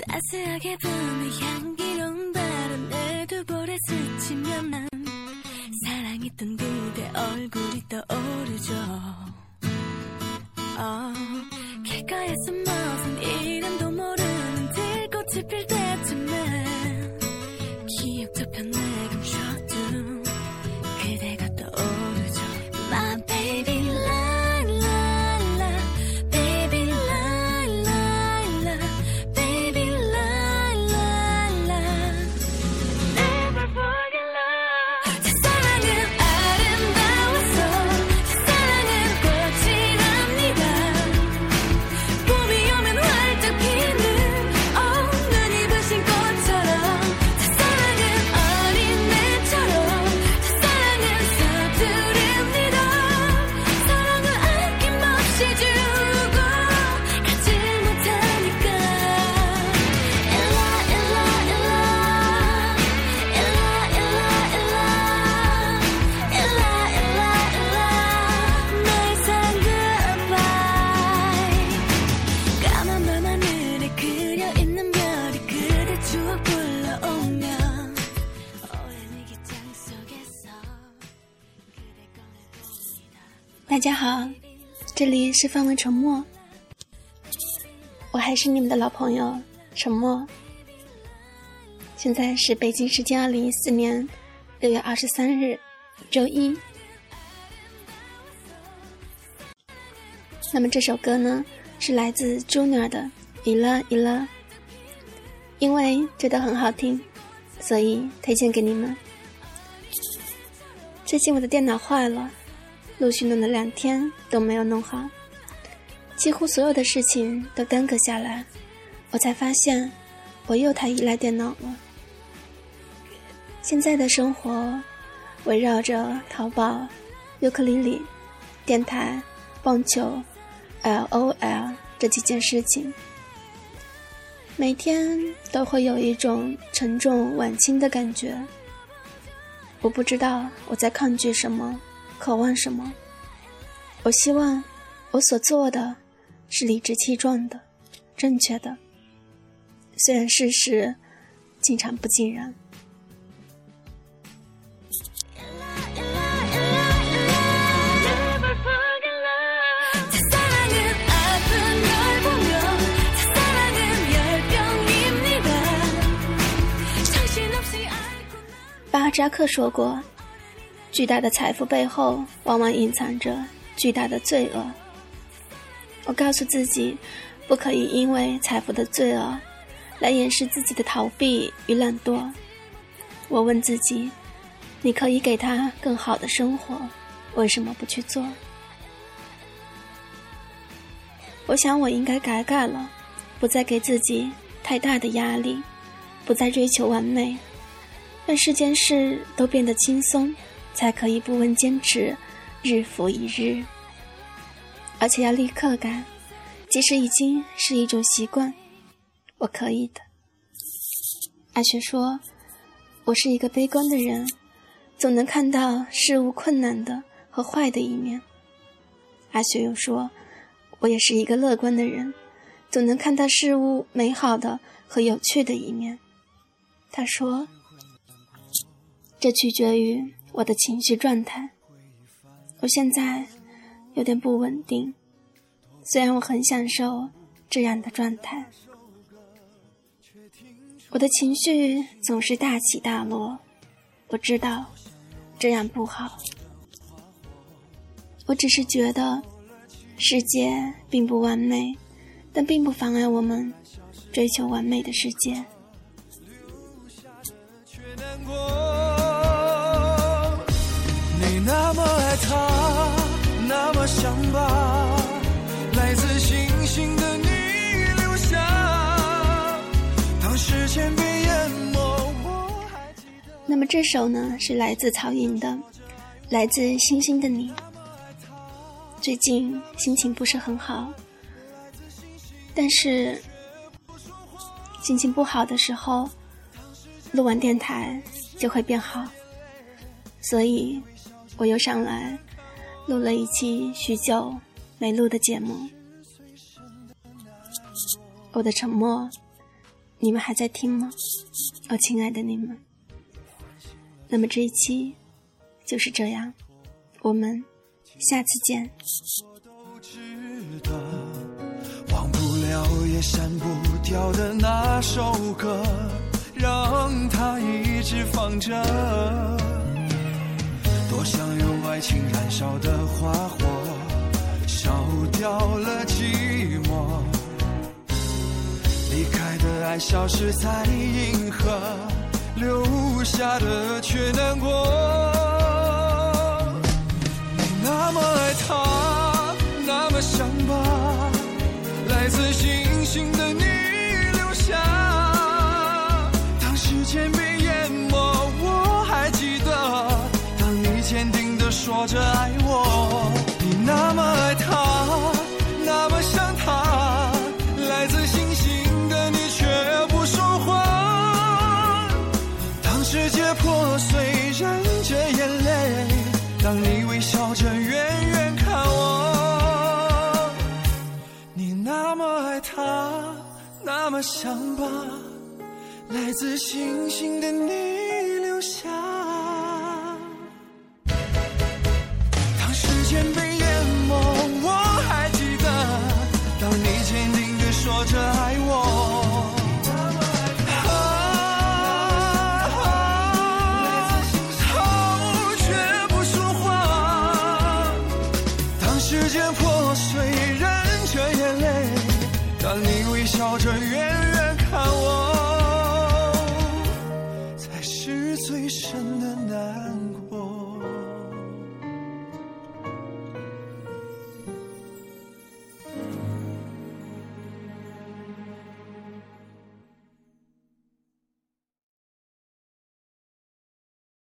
따스하게 부는 향기로운 바람에 두 볼에 스치면 난 사랑했던 그대 얼굴이 떠오르죠. 길가에 숨어선 이름도 모르는 들꽃이 필 때쯤에 기억도 편내 감춰둔 그대가 떠오르죠. My baby lie lie lie baby lie lie lie baby lie lie lie Never forget love. 사랑은 아름다워서 사랑은 꽃이랍니다. 봄이 오면 활짝 피는 눈이 부신 꽃처럼 사랑은 어린애처럼 사랑은 서투릅니다. 사랑을 아낌없이 주고 가지 못하니까 Ella Ella Ella Ella Ella Ella Ella Ella 나의 산 goodbye. 까만 밤하늘에 그려있는 별이 그대 추억 불러오면 오랜 일기장 속에서 그대 꺼내봅니다.大家好，这里是范围沉默，我还是你们的老朋友沉默。现在是北京时间2014年6月23日周一。那么这首歌呢是来自 Junior 的 Ella Ella， 因为觉得很好听，所以推荐给你们。最近我的电脑坏了，陆续弄了2天都没有弄好，几乎所有的事情都耽搁下来，我才发现我又太依赖电脑了。现在的生活围绕着淘宝、尤克里里、电台、棒球、LOL 这几件事情，每天都会有一种沉重晚清的感觉。我不知道我在抗拒什么，渴望什么。我希望我所做的是理直气壮的、正确的，虽然事实经常不尽然。巴尔扎克说过，巨大的财富背后往往隐藏着巨大的罪恶。我告诉自己，不可以因为财富的罪恶来掩饰自己的逃避与懒惰。我问自己，你可以给他更好的生活，为什么不去做？我想我应该改了，不再给自己太大的压力，不再追求完美，让世间事都变得轻松，才可以不问坚持，日复一日。而且要立刻改，即使已经是一种习惯，我可以的。阿雪说，我是一个悲观的人，总能看到事物困难的和坏的一面。阿雪又说，我也是一个乐观的人，总能看到事物美好的和有趣的一面。他说，这取决于我的情绪状态。我现在有点不稳定，虽然我很享受这样的状态。我的情绪总是大起大落，我知道这样不好。我只是觉得世界并不完美，但并不妨碍我们追求完美的世界。 你那么爱他，那么想把来自星星的你留下，当时间被淹没，我还记得。 那么这首呢是来自曹颖的来自星星的你。最近心情不是很好，但是心情不好的时候录完电台就会变好，所以我又上来录了一期许久没录的节目。我的沉默你们还在听吗？亲爱的你们。那么这一期就是这样，我们下次见。 忘不了也删不掉的那首歌，让它一直放着。多想用爱情燃烧的花火，烧掉了寂寞。离开的爱消失在银河，留下的却难过。你那么爱他，那么想把来自星星的你留下。当时间被淹没，我还记得，当你坚定地说着爱我。你那么爱他，那么想他，来自星星的你却不说话。当世界破碎，忍着眼泪，当你微笑着远远看我。你那么爱他，那么想把来自星星的你留下。当时间被淹没，我还记得，当你坚定地说着爱我。却不说话。当时间破碎，忍着眼泪，当你微笑着远